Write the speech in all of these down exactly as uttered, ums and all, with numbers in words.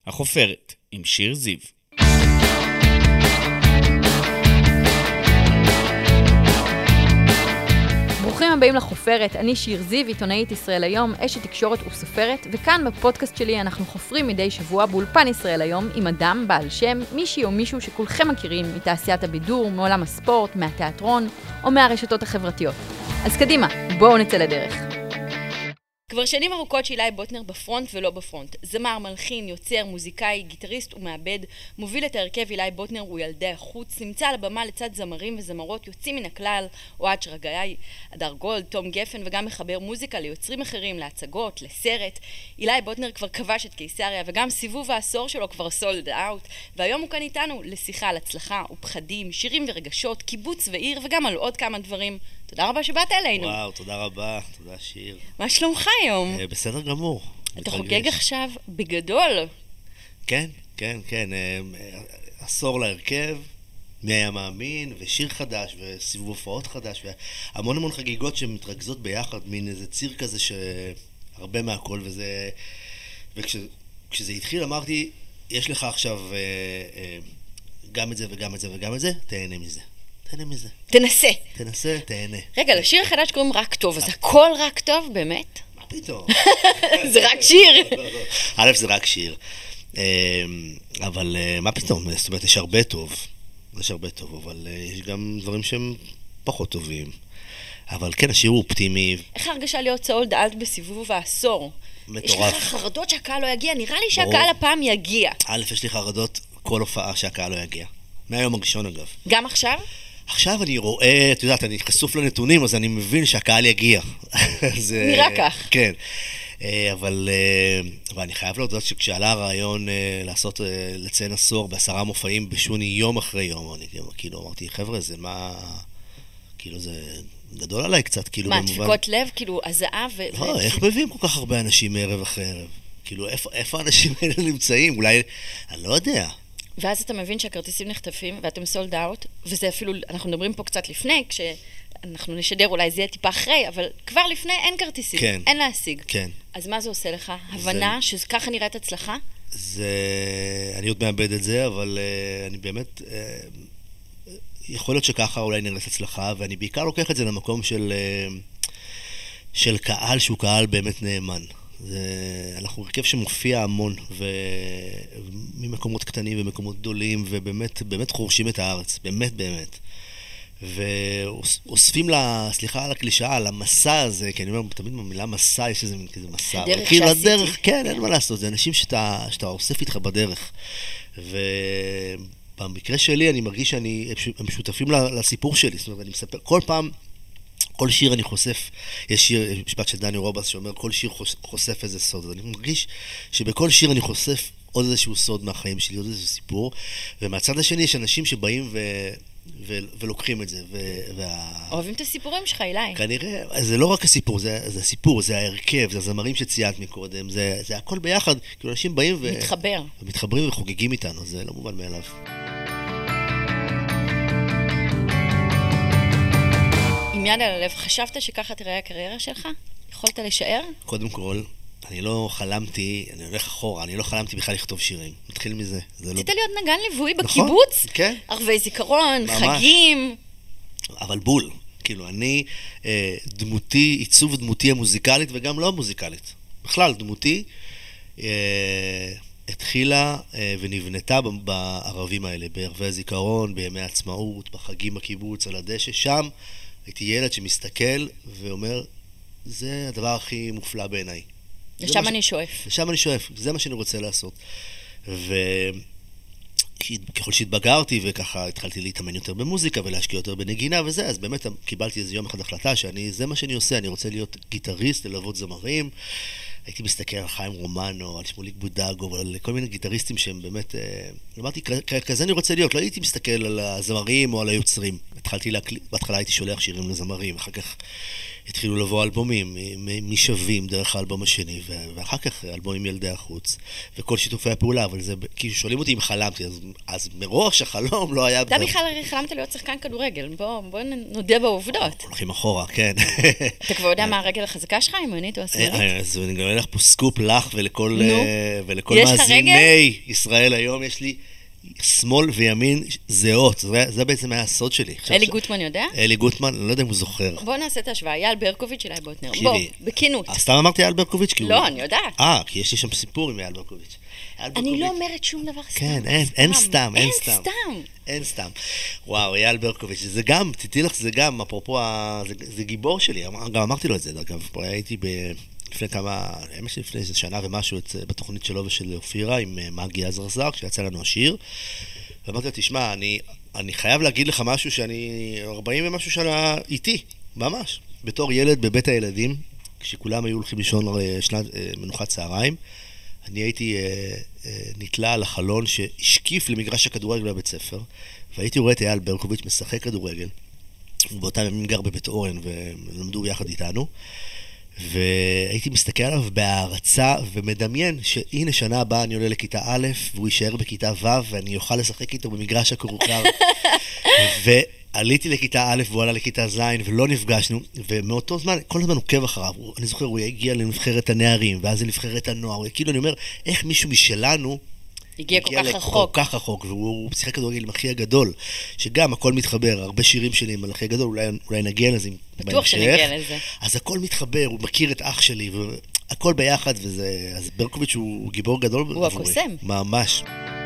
החופרת עם שיר זיו. ברוכים הבאים לחופרת, אני שיר זיו, עיתונאית ישראל היום, אשת תקשורת וסופרת, וכאן בפודקאסט שלי אנחנו חופרים מדי שבוע באולפן ישראל היום עם אדם, בעל שם, מישהי או מישהו שכולכם מכירים מתעשיית הבידור, מעולם הספורט, מהתיאטרון או מהרשתות החברתיות. אז קדימה, בואו נצא לדרך. כבר שנים ארוכות שאילי בוטנר בפרונט ולא בפרונט. זמר, מלחין, יוצר, מוזיקאי, גיטריסט ומעבד, מוביל את ההרכב אילי בוטנר הוא ילדי החוץ, נמצא על הבמה לצד זמרים וזמרות יוצאים מן הכלל, אוהד שרגאי, הדר גולד, תום גפן, וגם מחבר מוזיקה ליוצרים אחרים, להצגות, לסרט. אילי בוטנר כבר כבש את קיסריה, וגם סיבוב העשור שלו כבר סולד אאוט, והיום הוא כאן איתנו לשיחה על הצלחה ופחדים, שירים ורגשות, קיבוץ ועיר, וגם על עוד כמה דברים. תודה רבה שבאת אלינו. וואו, תודה רבה, תודה שיר. מה שלומך היום? אה, בסדר גמור. אתה מתרגש. חוגג עכשיו בגדול. כן, כן, כן. אה, עשור להרכב, מי היה מאמין, ושיר חדש, וסיבוב הופעות חדש, והמון המון חגיגות שמתרכזות ביחד, מין איזה ציר כזה שהרבה מהכל, וזה... וכשזה התחיל אמרתי, יש לך עכשיו אה, אה, גם את זה וגם את זה וגם את זה, תהנה מזה. תהנה מזה. תנסה. תנסה, תהנה. רגע, לשיר החדש קוראים רק טוב, אז הכל רק טוב, באמת? מה פתאום? זה רק שיר. א', זה רק שיר. אבל מה פתאום? זאת אומרת, יש הרבה טוב. יש הרבה טוב, אבל יש גם דברים שהם פחות טובים. אבל כן, השיר הוא אופטימי. איך הרגשה להיות סולד אאוט בסיבוב העשור? מטורף. יש לך חרדות שהקהל לא יגיע? נראה לי שהקהל הפעם יגיע. א', יש לי חרדות כל הופעה שהקהל לא יגיע. מהיום הראשון אגב. גם עכשיו? עכשיו אני רואה, את יודעת, אני חשוף לנתונים, אז אני מבין שהקהל יגיע. נראה כך. כן. אבל, אבל אני חייב להודות שכשעלה הרעיון לעשות, לציין עשור בעשרה מופעים בשוני יום אחרי יום, אני כאילו אמרתי, חבר'ה, זה מה, כאילו זה גדול עליי קצת, כאילו מה, במובן... דפיקות לב, כאילו, הזעה ו... לא, איך מביאים כל כך הרבה אנשים ערב אחרי ערב? כאילו, איפה, איפה האנשים האלה נמצאים? אולי, אני לא יודע. ואז אתה מבין שהכרטיסים נחטפים, ואתם סולד אאוט, וזה אפילו, אנחנו מדברים פה קצת לפני, כשאנחנו נשדר, אולי זה יהיה טיפה אחרי, אבל כבר לפני אין כרטיסים, כן. אין להשיג. כן. אז מה זה עושה לך? הבנה זה... שככה נראית הצלחה? זה... אני עוד מאבד את זה, אבל uh, אני באמת... Uh, יכול להיות שככה אולי נראית הצלחה, ואני בעיקר לוקח את זה למקום של, uh, של קהל שהוא קהל באמת נאמן. זה, אנחנו הרכב שמופיע המון, וממקומות קטנים ומקומות גדולים, ובאמת באמת חורשים את הארץ, באמת באמת. ואוספים לה, סליחה על הקלישאה, על המסע הזה, כי אני אומר, תמיד במילה מסע יש איזה כזה מסע. הדרך כאילו שעשיתי. הדרך, כן, אין מה לעשות, זה אנשים שאתה, שאתה אוסף איתך בדרך. ובמקרה שלי אני מרגיש שאני, הם שותפים לסיפור שלי, זאת אומרת, אני מספר, כל פעם, כל שיר אני חושף, יש שיר, משפט של דני רובס שאומר, כל שיר חושף איזה סוד, ואני מרגיש שבכל שיר אני חושף עוד איזשהו סוד מהחיים שלי, עוד איזשהו סיפור, ומהצד השני יש אנשים שבאים ו... ו... ולוקחים את זה. ו... וה... אוהבים את הסיפורים שלך, אילי. כנראה, זה לא רק הסיפור, זה, זה הסיפור, זה ההרכב, זה הזמרים שציינת מקודם, זה, זה הכל ביחד, כאילו אנשים באים ו... מתחבר. ומתחברים וחוגגים איתנו, זה לא מובן מאליו. עם יד על הלב, חשבת שככה תראה הקריירה שלך? יכולת לשער? קודם כל, אני לא חלמתי, אני הולך אחורה, אני לא חלמתי בכלל לכתוב שירים. נתחיל מזה. רצית להיות נגן ליווי נכון? בקיבוץ? כן. ערבי זיכרון, ממש. חגים. אבל בול. כאילו, אני, אה, דמותי, עיצוב דמותי המוזיקלית וגם לא המוזיקלית. בכלל, דמותי אה, התחילה אה, ונבנתה בערבים האלה, בערבי הזיכרון, בימי העצמאות, בחגים בקיבוץ, על הדשא. שם הייתי ילד שמסתכל ואומר, זה הדבר הכי מופלא בעיניי. לשם אני שואף. לשם אני שואף, זה מה שאני רוצה לעשות. וככל שהתבגרתי וככה התחלתי להתאמן יותר במוזיקה ולהשקיע יותר בנגינה וזה, אז באמת קיבלתי איזה יום אחד החלטה שאני, זה מה שאני עושה, אני רוצה להיות גיטריסט, ללוות זמרים. הייתי מסתכל על חיים רומנו, על שמוליק בודגו, על כל מיני גיטריסטים שהם באמת, אמרתי, כזה אני רוצה להיות, לא הייתי מסתכל על הזמרים או על היוצרים. התחלתי להקליט, בהתחלה הייתי שולח שירים לזמרים, אחר כך התחילו לבוא אלבומים משווים דרך האלבום השני, ואחר כך אלבומים ילדי החוץ, וכל שיתופי הפעולה, אבל זה, כאילו שואלים אותי אם חלמתי, אז, אז מראש החלום לא היה... אתה בכלל חלמת להיות שחקן כדורגל, בוא, בוא נודה בעובדות. הולכים אחורה, כן. אתה כבר יודע מה הרגל החזקה שלך, ימנית או השמאלית? אז אני גם אלך פה סקופ לך ולכל, ולכל מאזיני ישראל היום, יש לי שמאל וימין זהות, זה, זה בעצם היה הסוד שלי. אלי גוטמן יודע? אלי גוטמן, אני לא יודע אם הוא זוכר. בוא נעשה את ההשוואה, אייל ברקוביץ' אלי בוטנר. בוא, בכינות. אז סתם אמרתי אייל ברקוביץ'? לא, אני יודעת. אה, כי יש לי שם סיפור עם אייל ברקוביץ'. אני לא אומרת שום דבר סתם. כן, אין סתם, אין סתם. אין סתם. אין סתם. וואו, אייל ברקוביץ', זה גם, תתאי לך, זה גם, אפרופו, זה גיבור שלי, גם אמרתי לו את זה, אגב, הייתי ב... לפני כמה, לפני איזה שנה ומשהו, בתוכנית שלו ושל אופירה, עם מגי עזרזר, כשיצא לנו השיר, ואמרתי לו, תשמע, אני, אני חייב להגיד לך משהו שאני ארבעים ומשהו שנה איתי, ממש. בתור ילד בבית הילדים, כשכולם היו הולכים לישון שנת מנוחת צהריים, אני הייתי אה, אה, נתלה על החלון שהשקיף למגרש הכדורגל בבית ספר, והייתי רואה את אייל ברקוביץ' משחק כדורגל, ובאותם ימים גר בבית אורן, ולמדו יחד איתנו, והייתי מסתכל עליו בהערצה ומדמיין שהנה שנה הבאה אני עולה לכיתה א' והוא יישאר בכיתה ו' ואני אוכל לשחק איתו במגרש הכורכר. ועליתי לכיתה א' והוא עלה לכיתה ז' ולא נפגשנו, ומאותו זמן כל הזמן עוקב אחריו. אני זוכר, הוא הגיע לנבחרת הנערים ואז לנבחרת הנוער, כאילו אני אומר, איך מישהו משלנו הגיע כל כך רחוק. כל כך רחוק, והוא שיחק כדורגל עם אחי הגדול, שגם הכל מתחבר, הרבה שירים שלי עם אחי הגדול, אולי, אולי נגיע לזה בהמשך. בטוח שנגיע לזה. אז הכל מתחבר, הוא מכיר את אח שלי, והכל ביחד, וזה, אז ברקוביץ' הוא גיבור גדול. הוא הקוסם. ממש.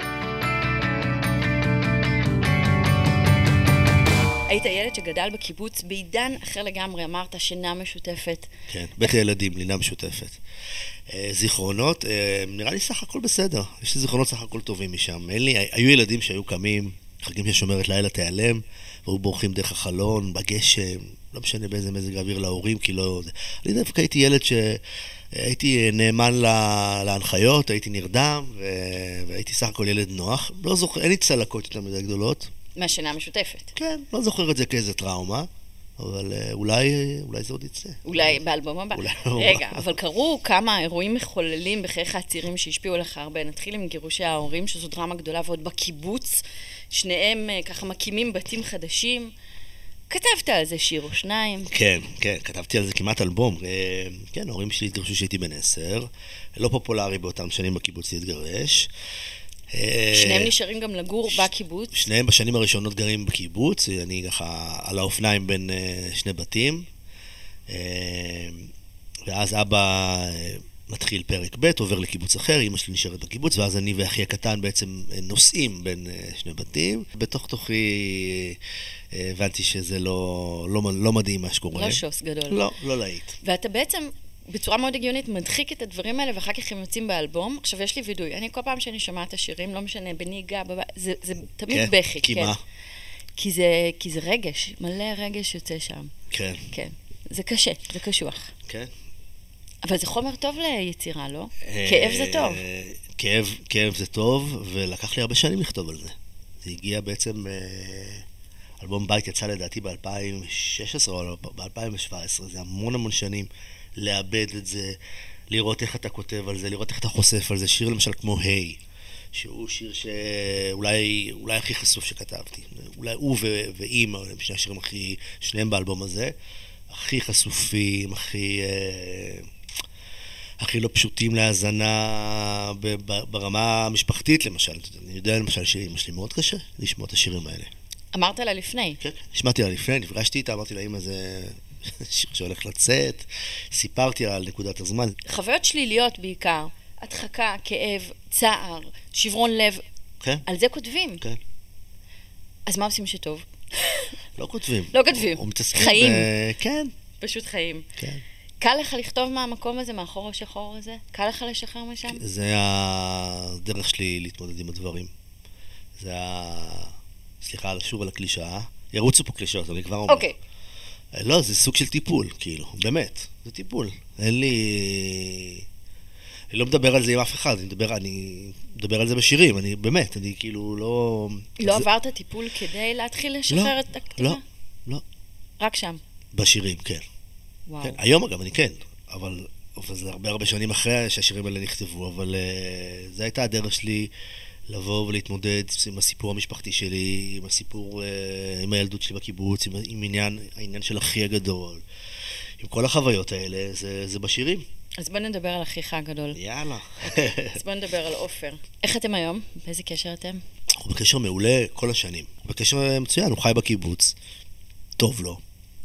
היית ילד שגדל בקיבוץ, בעידן אחר לגמרי, אמרת שינה משותפת. כן, בית הילדים, לינה משותפת. זיכרונות, נראה לי סך הכל בסדר. יש לי זיכרונות סך הכל טובים משם. אין לי, היו ילדים שהיו קמים, חגים ששומרת לילה תיעלם, והיו בורחים דרך החלון, בגשם, לא משנה באיזה מזג האוויר להורים, כי לא... אני דווקא הייתי ילד שהייתי נאמן להנחיות, הייתי נרדם, והייתי סך הכל ילד נוח. לא זוכר, אין לי צלקות יותר מדי גדולות. מהשינה המשותפת. כן, לא זוכר את זה כאיזה טראומה. אבל אולי, אולי זה עוד יצא. אולי באלבום הבא. רגע, אבל קרו כמה אירועים מחוללים בחייך הצעירים שהשפיעו לך הרבה. נתחיל עם גירושי ההורים, שזו דרמה גדולה, ועוד בקיבוץ. שניהם ככה מקימים בתים חדשים. כתבת על זה שיר או שניים. כן, כן, כתבתי על זה כמעט אלבום. כן, ההורים שלי התגרשו שהייתי בן עשר. לא פופולרי באותם שנים בקיבוץ להתגרש. שניהם נשארים גם לגור בקיבוץ? שניהם בשנים הראשונות גרים בקיבוץ, אני ככה על האופניים בין שני בתים, ואז אבא מתחיל פרק ב', עובר לקיבוץ אחר, אמא שלי נשארת בקיבוץ, ואז אני ואחי הקטן בעצם נוסעים בין שני בתים. בתוך תוכי הבנתי שזה לא, לא, לא מדהים מה שקורה. לא שוס גדול. לא, לא להיט. ואתה בעצם... בצורה מאוד הגיונית, מדחיק את הדברים האלה, ואחר כך הם יוצאים באלבום. עכשיו, יש לי וידוי. אני כל פעם שאני שומעת את השירים, לא משנה, בניגה, בבא, זה, זה תמיד כן, בכי. כי כן. מה? כי זה, כי זה רגש, מלא רגש יוצא שם. כן. כן. זה קשה, זה קשוח. כן. אבל זה חומר טוב ליצירה, לא? כאב זה טוב. כאב, כאב זה טוב, ולקח לי הרבה שנים לכתוב על זה. זה הגיע בעצם... אלבום בית יצא לדעתי ב-אלפיים ושש עשרה או ב-אלפיים שבע עשרה, זה המון המון שנים. לאבד את זה, לראות איך אתה כותב על זה, לראות איך אתה חושף על זה. שיר למשל כמו היי, שהוא שיר שאולי אולי הכי חשוף שכתבתי. אולי הוא ו- ואימא, הם שני השירים הכי, שניהם באלבום הזה, הכי חשופים, הכי, אה, הכי לא פשוטים להאזנה ב- ב- ברמה המשפחתית למשל. אני יודע למשל שאימא שלי מאוד קשה לשמוע את השירים האלה. אמרת לה לפני? כן, שמעתי לה לפני, נפגשתי איתה, אמרתי לה, אימא זה... שיר שהולך לצאת, סיפרתי על נקודת הזמן. חוויות שליליות בעיקר, הדחקה, כאב, צער, שברון לב, כן. על זה כותבים. כן. אז מה עושים שטוב? לא כותבים. לא כותבים. חיים. ב... כן. פשוט חיים. כן. קל לך לכתוב מהמקום הזה, מאחור השחור הזה? קל לך לשחרר משם? זה הדרך שלי להתמודד עם הדברים. זה ה... סליחה, שוב על הקלישאה. ירוצו פה קלישאות, אני כבר אומר. אוקיי. לא, זה סוג של טיפול, כאילו, באמת, זה טיפול. אין לי... אני לא מדבר על זה עם אף אחד, אני מדבר, אני מדבר על זה בשירים, אני באמת, אני כאילו לא... לא זה... עברת טיפול כדי להתחיל לשחרר לא, את הכתיבה? לא, לא. רק שם? בשירים, כן. וואו. כן, היום אגב אני כן, אבל, אבל זה הרבה הרבה שנים אחרי שהשירים האלה נכתבו, אבל uh, זו הייתה הדרך שלי לבוא ולהתמודד עם הסיפור המשפחתי שלי, עם הסיפור, uh, עם הילדות שלי בקיבוץ, עם, עם עניין, העניין של אחי הגדול, עם כל החוויות האלה, זה, זה בשירים. אז בוא נדבר על אחיך הגדול. יאללה. אז בוא נדבר על עופר. איך אתם היום? באיזה קשר אתם? אנחנו בקשר מעולה כל השנים. בקשר מצוין, הוא חי בקיבוץ. טוב לו.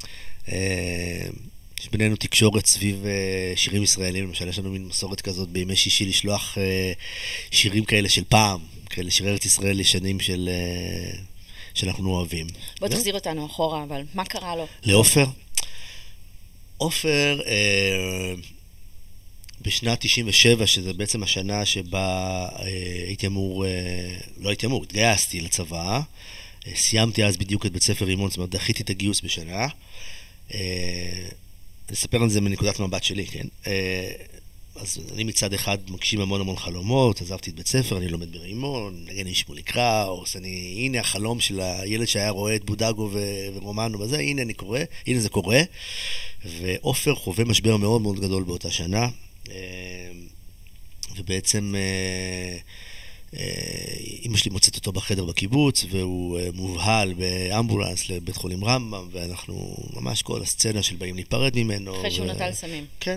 יש בינינו תקשורת סביב שירים ישראלים, למשל יש לנו מין מסורת כזאת בימי שישי לשלוח שירים כאלה של פעם, כאלה שירי ארץ ישראל ישנים של... שאנחנו אוהבים. בוא תחזיר אותנו אחורה, אבל מה קרה לו? לעופר? עופר... בשנת תשעים ושבע, שזה בעצם השנה שבה אה, הייתי אמור, אה, לא הייתי אמור, התגייסתי לצבא, אה, סיימתי אז בדיוק את בית ספר רימון, זאת אומרת, דחיתי את הגיוס בשנה. אה, אני אספר על זה מנקודת מבט שלי, כן? אה, אז אני מצד אחד מגשים המון המון חלומות, עזבתי את בית ספר, אני לומד ברימון, נגן איש שמוליק קראוס, אני, הנה החלום של הילד שהיה רואה את בודגו ו- ורומנו וזה, הנה אני קורא, הנה זה קורה. ועופר חווה משבר מאוד מאוד גדול באותה שנה, ובעצם אמא שלי מוצאת אותו בחדר בקיבוץ, והוא מובהל באמבולנס לבית חולים רמב"ם, ואנחנו ממש כל הסצנה של באים להיפרד ממנו. אחרי שהוא נטל סמים. כן.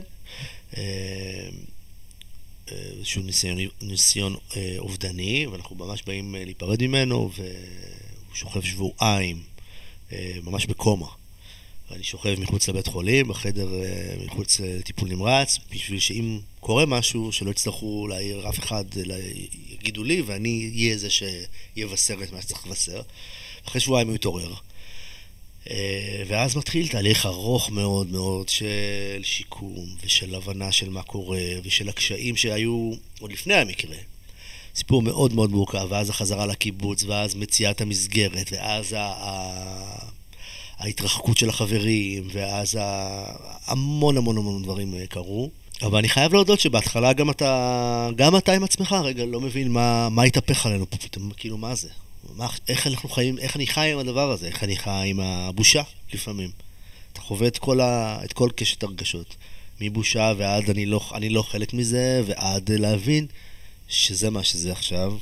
איזשהו ניסיון, ניסיון אובדני, ואנחנו ממש באים להיפרד ממנו, והוא שוכב שבועיים, ממש בקומה. אני שוכב מחוץ לבית חולים, בחדר מחוץ לטיפול נמרץ, בשביל שאם קורה משהו, שלא יצטרכו להעיר אף אחד, אלא יגידו לי, ואני אהיה זה שיבשר את מה שצריך לבשר. אחרי שבועיים הוא יתעורר. ואז מתחיל תהליך ארוך מאוד מאוד של שיקום, ושל הבנה של מה קורה, ושל הקשיים שהיו עוד לפני המקרה. סיפור מאוד מאוד מורכב, ואז החזרה לקיבוץ, ואז מציאת המסגרת, ואז ה... ההתרחקות של החברים, ואז המון המון המון דברים קרו. אבל אני חייב להודות שבהתחלה גם אתה, גם אתה עם עצמך, רגע, לא מבין מה, מה התהפך עלינו פה פתאום, כאילו מה זה? מה, איך אנחנו חיים, איך אני חי עם הדבר הזה? איך אני חי עם הבושה לפעמים? אתה חווה את כל, ה, את כל קשת הרגשות. מבושה ועד אני לא, אני לא חלק מזה, ועד להבין שזה מה שזה עכשיו,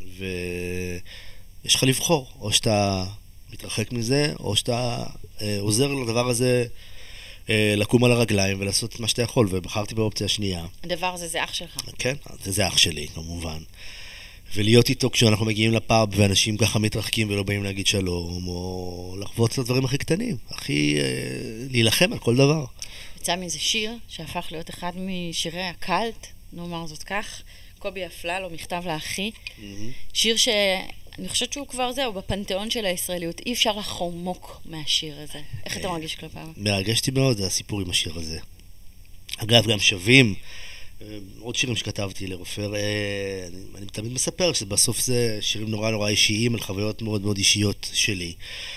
ויש לך לבחור, או שאתה מתרחק מזה, או שאתה אה, עוזר לדבר הזה אה, לקום על הרגליים ולעשות מה שאתה יכול, ובחרתי באופציה השנייה. הדבר הזה זה אח שלך. כן, זה, זה אח שלי, כמובן. ולהיות איתו כשאנחנו מגיעים לפאב ואנשים ככה מתרחקים ולא באים להגיד שלום, או לחוות את הדברים הכי קטנים, הכי אה, להילחם על כל דבר. יצא מזה שיר שהפך להיות אחד משירי הקלט, נאמר זאת כך, קובי אפלל, או מכתב לאחי. Mm-hmm. שיר ש... אני חושבת שהוא כבר זהו, בפנתיאון של הישראליות. אי אפשר לחמוק מהשיר הזה. איך אתה מרגיש כלפיו? מרגשתי מאוד, זה הסיפור עם השיר הזה. אגב, גם שווים, עוד שירים שכתבתי לרופר, אני, אני תמיד מספר שבסוף זה שירים נורא נורא אישיים, על חוויות מאוד מאוד אישיות שלי.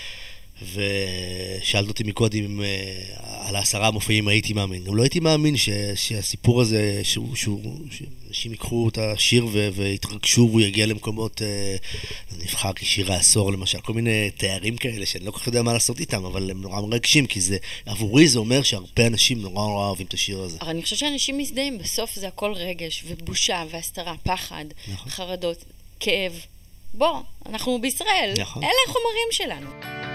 ושאלת אותי מקודם על העשרה המופעים, הייתי מאמין. גם לא הייתי מאמין ש, שהסיפור הזה, שהוא, שהוא, שאנשים ייקחו את השיר ו, והתרגשו והוא יגיע למקומות, נבחר כשיר העשור למשל, כל מיני תארים כאלה שאני לא כל כך יודע מה לעשות איתם, אבל הם נורא מרגשים, כי זה, עבורי זה אומר שהרבה אנשים נורא נורא אוהבים את השיר הזה. אבל אני חושבת שאנשים מזדהים, בסוף זה הכל רגש ובושה והסתרה, פחד, נכון. חרדות, כאב. בוא, אנחנו בישראל, נכון. אלה החומרים שלנו.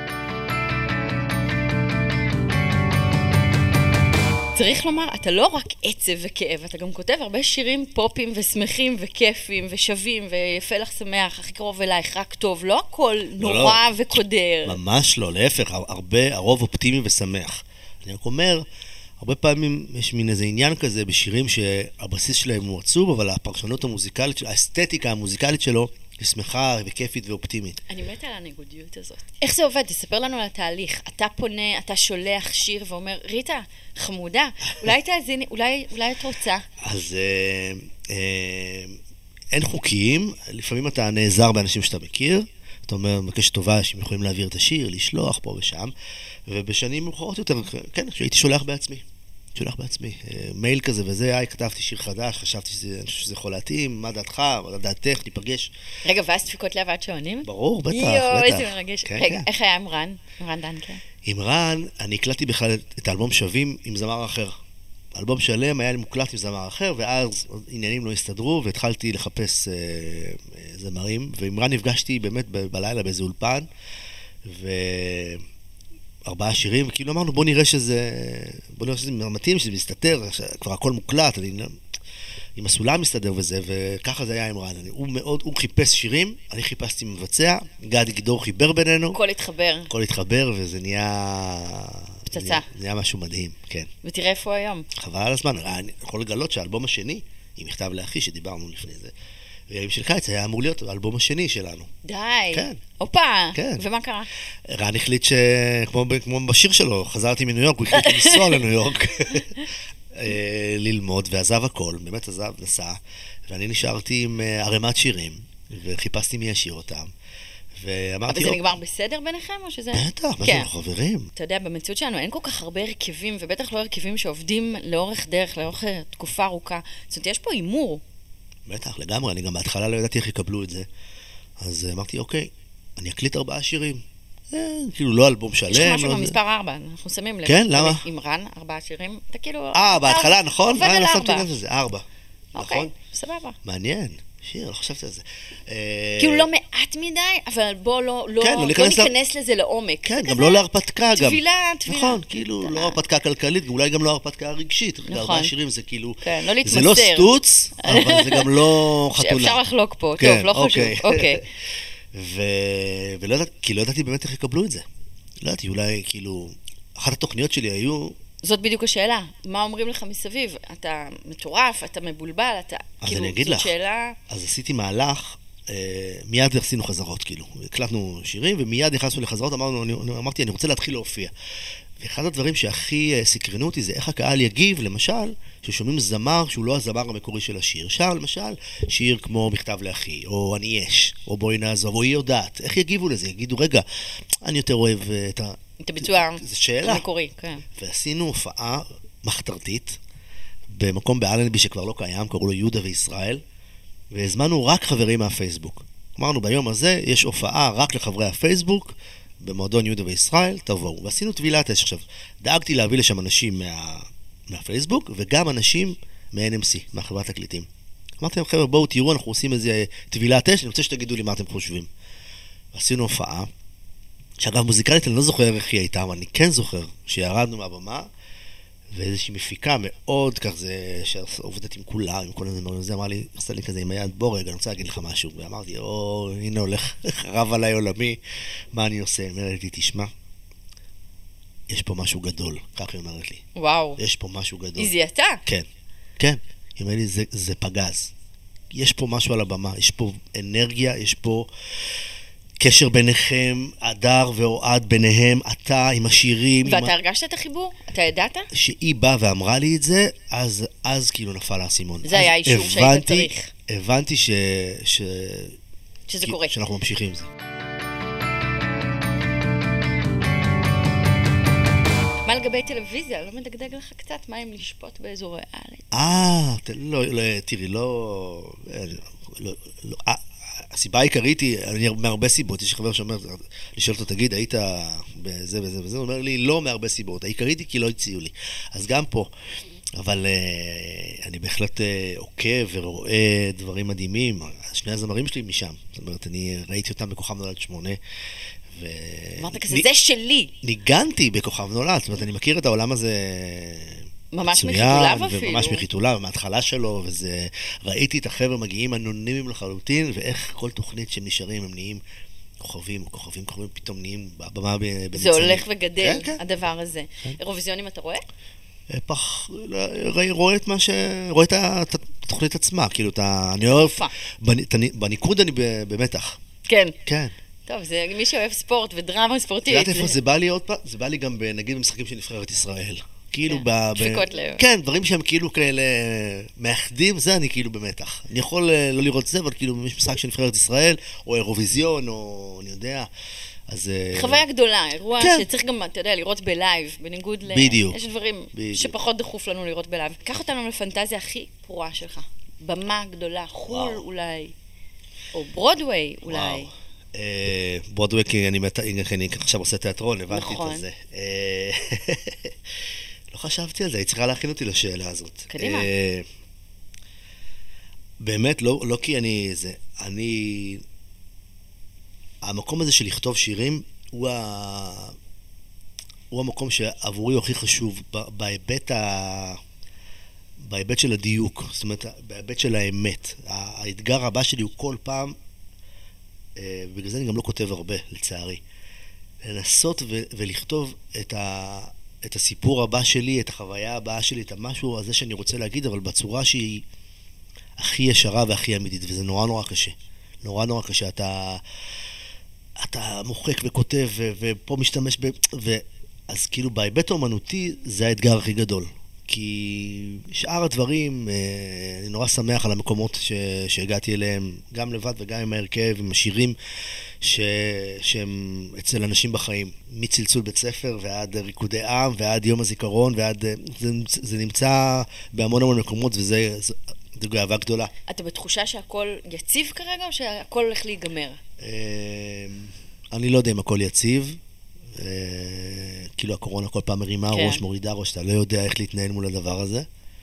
צריך לומר, אתה לא רק עצב וכאב, אתה גם כותב הרבה שירים פופים ושמחים וכיפים ושווים ויפה לך שמח, הכי קרוב אלייך, רק טוב, לא הכל נורא לא, לא. וקודר. ממש לא, להפך, הרבה, הרוב אופטימי ושמח. אני רק אומר, הרבה פעמים יש מין איזה עניין כזה בשירים שהבסיס שלהם הוא עצוב, אבל הפרשנות המוזיקלית, האסתטיקה המוזיקלית שלו, היא שמחה וכיפית ואופטימית. אני מתה על הניגודיות הזאת. איך זה עובד? תספר לנו על התהליך. אתה פונה, אתה שולח שיר ואומר, ריטה, חמודה, אולי תאזיני, אולי, אולי את רוצה. אז אה, אה, אין חוקים, לפעמים אתה נעזר באנשים שאתה מכיר, אתה אומר, מבקש טובה שהם יכולים להעביר את השיר, לשלוח פה ושם, ובשנים מאוחרות יותר, כן, שהייתי שולח בעצמי. שולח בעצמי, מייל כזה וזה, היי, כתבתי שיר חדש, חשבתי שזה, שזה יכול להתאים, מה דעתך, מה דעתך, ניפגש. רגע, ואז דפיקות לב עד שעונים? ברור, בטח, יו, בטח. איזה מרגש. כן, רגע, כן. איך היה עם רן? עם רן דנקר? עם רן, אני הקלטתי בכלל את האלבום שווים עם זמר אחר. אלבום שלם היה לי מוקלט עם זמר אחר, ואז עניינים לא הסתדרו, והתחלתי לחפש אה, זמרים, ועם רן נפגשתי באמת ב- בלילה באיזה אולפן, וארבעה שירים, וכאילו אמרנו, בוא נראה שזה, בוא נראה שזה מתאים, שזה מסתתר, כבר הכל מוקלט, אני... עם הסולם מסתדר וזה, וככה זה היה עם רן. אני, הוא מאוד, הוא חיפש שירים, אני חיפשתי מבצע, גדי גידור חיבר בינינו. הכל התחבר. הכל התחבר, וזה נהיה... פצצה. נהיה, נהיה משהו מדהים, כן. ותראה איפה היום. חבל על הזמן, אני יכול לגלות שהאלבום השני, עם מכתב לאחי שדיברנו לפני זה, וימים של קיץ היה אמור להיות האלבום השני שלנו. די. כן. אופה. כן. ומה קרה? רן החליט ש... כמו, כמו בשיר שלו, חזרתי מניו יורק, הוא החליט לנסוע לניו יורק. ללמוד, ועזב הכל, באמת עזב, נסע, ואני נשארתי עם ערימת שירים, וחיפשתי מי ישיר אותם, ואמרתי... אבל זה נגמר בסדר ביניכם, או שזה... בטח, מה זה חברים? אתה יודע, במציאות שלנו אין כל כך הרבה הרכבים, ובטח לא הרכבים שעובדים לאורך דרך, לאורך תקופה ארוכה. זאת אומרת, יש פה אימור. בטח, לגמרי, אני גם בהתחלה לא ידעתי איך יקבלו את זה. אז אמרתי, אוקיי, אני אקליט ארבעה שירים. כאילו לא אלבום שלם. יש לך משהו במספר ארבע, אנחנו שמים לב. כן, למה? עם רן, ארבעה שירים, אתה כאילו... אה, בהתחלה, נכון? עובד על ארבע. ארבע. אוקיי, סבבה. מעניין. שיר, לא חשבתי על זה. כאילו לא מעט מדי, אבל בוא לא ניכנס לזה לעומק. כן, גם לא להרפתקה גם. תבילה, תבילה. נכון, כאילו לא הרפתקה כלכלית, ואולי גם לא הרפתקה רגשית. נכון. ארבעה שירים זה כאילו... כן, לא להתמסר. זה לא סטוץ, אבל זה גם לא חתונה. אפשר לחלוק פה, טוב, לא חשוב. אוקיי. ולא ידעתי, כי לא ידעתי באמת איך יקבלו את זה. לא ידעתי, אולי כאילו... אחת התוכניות שלי היו... זאת בדיוק השאלה. מה אומרים לך מסביב? אתה מטורף, אתה מבולבל, אתה... אז אני אגיד לך. שאלה... אז עשיתי מהלך, מיד עשינו חזרות, כאילו. הקלטנו שירים, ומיד נכנסנו לחזרות, אמרנו, אמרתי, אני רוצה להתחיל להופיע. ואחד הדברים שהכי סקרנו אותי זה איך הקהל יגיב, למשל, ששומעים זמר שהוא לא הזמר המקורי של השיר. שר, למשל, שיר כמו מכתב לאחי, או אני יש, או בואי נעזוב, או היא יודעת. איך יגיבו לזה? יגידו, רגע, אני יותר אוהב את ה... את הביצוע שאלה. המקורי, כן. ועשינו הופעה מחתרתית, במקום באלנבי שכבר לא קיים, קראו לו יהודה וישראל, והזמנו רק חברים מהפייסבוק. אמרנו, ביום הזה יש הופעה רק לחברי הפייסבוק, במועדון יהודה וישראל, תבואו. ועשינו טבילת אש. עכשיו, דאגתי להביא לשם אנשים מה... מהפייסבוק, וגם אנשים מ-אן אם סי, מהחברת תקליטים. אמרתי להם, חבר'ה, בואו תראו, אנחנו עושים איזה טבילת אש, אני רוצה שתגידו לי מה אתם חושבים. ועשינו הופעה, שאגב, מוזיקלית אני לא זוכר איך היא הייתה, אבל אני כן זוכר שירדנו מהבמה, ואיזושהי מפיקה מאוד כזה, שעובדת עם כולה, עם כל הזמן, זה אמר לי, עשתה לי כזה עם היד, בוא רגע, אני רוצה להגיד לך משהו, ואמרתי, או, הנה הולך, חרב עליי עולמי, מה אני עושה? היא אומרת לי, תשמע, יש פה משהו גדול, ככה היא אומרת לי. וואו. יש פה משהו גדול. היא זיהתה? כן, כן. היא אומרת לי, זה, זה פגז. יש פה משהו על הבמה, יש פה אנרגיה, יש פה קשר ביניכם, הדר ואוהד ביניהם, אתה עם השירים. ואתה עם... הרגשת את החיבור? אתה ידעת? שהיא באה ואמרה לי את זה, אז, אז כאילו נפל האסימון. זה היה אישור שהיית צריך. הבנתי ש... ש... שזה כי... קורה. שאנחנו ממשיכים עם זה. מה לגבי טלוויזיה? לא מדגדג לך קצת? מה אם לשפוט באיזו ריאלית? אה, לא, לא, תראי, לא... לא, לא אה, הסיבה העיקרית היא, אני מהרבה סיבות, יש חבר שאומר, לשאול אותו, תגיד, היית בזה וזה וזה, הוא אומר לי, לא מהרבה סיבות, העיקרית היא כי לא הציעו לי. אז גם פה, אבל uh, אני בהחלט uh, עוקב ורואה דברים מדהימים, שני הזמרים שלי משם, זאת אומרת, אני ראיתי אותם בכוכב נולד שמונה, ו... אמרת כזה, זה שלי. ניגנתי בכוכב נולד, זאת אומרת, אני מכיר את העולם הזה... ממש מחיתוליו אפילו. וממש מחיתוליו, מההתחלה שלו, וזה... ראיתי את החבר'ה מגיעים אנונימיים לחלוטין, ואיך כל תוכנית שהם נשארים, הם נהיים כוכבים, או כוכבים כוכבים, פתאום נהיים במה בניצנים. זה הולך וגדל, כן, כן. הדבר הזה. כן. אירוויזיונים אתה רואה? פח... רואה את מה ש... רואה את התוכנית עצמה, כאילו, את ה... אני אוהב... בניקוד אני במתח. כן. כן. טוב, זה מי שאוהב ספורט ודרמה ספורטית. יודעת איפה זה בא לי עוד פעם? זה בא לי גם, נגיד, במשחקים של נבחרת ישראל. כאילו ב... דפיקות לב. כן, דברים שהם כאילו כאלה מאחדים, זה אני כאילו במתח. אני יכול לא לראות זה, אבל כאילו משחק של נבחרת ישראל, או אירוויזיון, או אני יודע, אז... חוויה גדולה, אירוע שצריך גם, אתה יודע, לראות בלייב, בניגוד ל... בדיוק. יש דברים שפחות דחוף לנו לראות בלייב. קח אותנו לפנטזיה הכי פרועה שלך. במה גדולה, חול אולי, או ברודווי אולי. ברודווי, כי אני עכשיו עושה תיאטרון, הבנתי את זה. לא חשבתי על זה, היא צריכה להכין אותי לשאלה הזאת. קדימה. באמת, לא כי אני... אני... המקום הזה של לכתוב שירים, הוא ה... הוא המקום שעבורי הוא הכי חשוב, בהיבט ה... בהיבט של הדיוק, זאת אומרת, בהיבט של האמת. האתגר הבא שלי הוא כל פעם, בגלל זה אני גם לא כותב הרבה, לצערי. לנסות ו- ולכתוב את, ה- את הסיפור הבא שלי, את החוויה הבאה שלי, את המשהו הזה שאני רוצה להגיד, אבל בצורה שהיא הכי ישרה והכי אמיתית, וזה נורא נורא קשה. נורא נורא קשה. אתה, אתה מוחק וכותב ו- ופה משתמש ב... ו- אז כאילו בהיבט האומנותי זה האתגר הכי גדול. כי שאר הדברים, אני נורא שמח על המקומות ש... שהגעתי אליהם, גם לבד וגם עם ההרכב, עם השירים ש... שהם אצל אנשים בחיים. מצלצול בית ספר ועד ריקודי עם ועד יום הזיכרון, ועד... זה, זה נמצא בהמון המון מקומות, וזה זה... זה גאווה גדולה. אתה בתחושה שהכל יציב כרגע או שהכל הולך להיגמר? אני לא יודע אם הכל יציב. כאילו הקורונה כל פעם מרימה ראש, מורידה ראש, אתה לא יודע איך להתנהל מול הדבר הזה.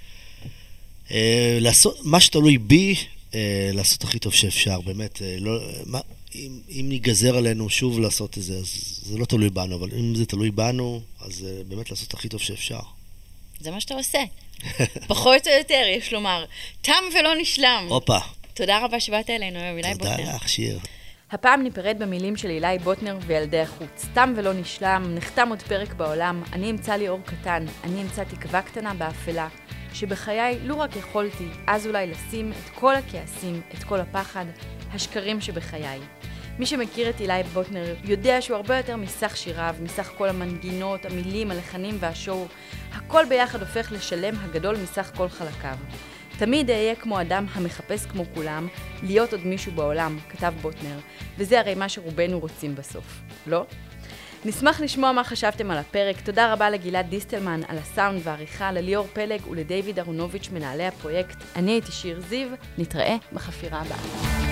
לעשות, מה שתלוי בי, לעשות הכי טוב שאפשר, באמת. אם ניגזר עלינו שוב לעשות את זה, אז זה לא תלוי בנו, אבל אם זה תלוי בנו, אז באמת לעשות הכי טוב שאפשר. זה מה שאתה עושה. פחות או יותר, יש לומר. תם ולא נשלם. אופה. תודה רבה שבאת אלינו היום, אילי בוטנר. תודה לך, שיר. הפעם ניפרד במילים של אילי בוטנר וילדי החוץ. תם ולא נשלם, נחתם עוד פרק בעולם, אני אמצא לי אור קטן, אני אמצא תקווה קטנה באפלה, שבחיי לא רק יכולתי, אז אולי לשים את כל הכעסים, את כל הפחד, השקרים שבחיי. מי שמכיר את אילי בוטנר יודע שהוא הרבה יותר מסך שיריו, מסך כל המנגינות, המילים, הלחנים והשואו. הכל ביחד הופך לשלם הגדול מסך כל חלקיו. תמיד אהיה כמו אדם המחפש כמו כולם, להיות עוד מישהו בעולם, כתב בוטנר, וזה הרי מה שרובנו רוצים בסוף, לא? נשמח לשמוע מה חשבתם על הפרק. תודה רבה לגלעד דיסטלמן על הסאונד והעריכה, לליאור פלג ולדיוויד אהרונוביץ' מנהלי הפרויקט. אני הייתי שיר זיו, נתראה בחפירה הבאה.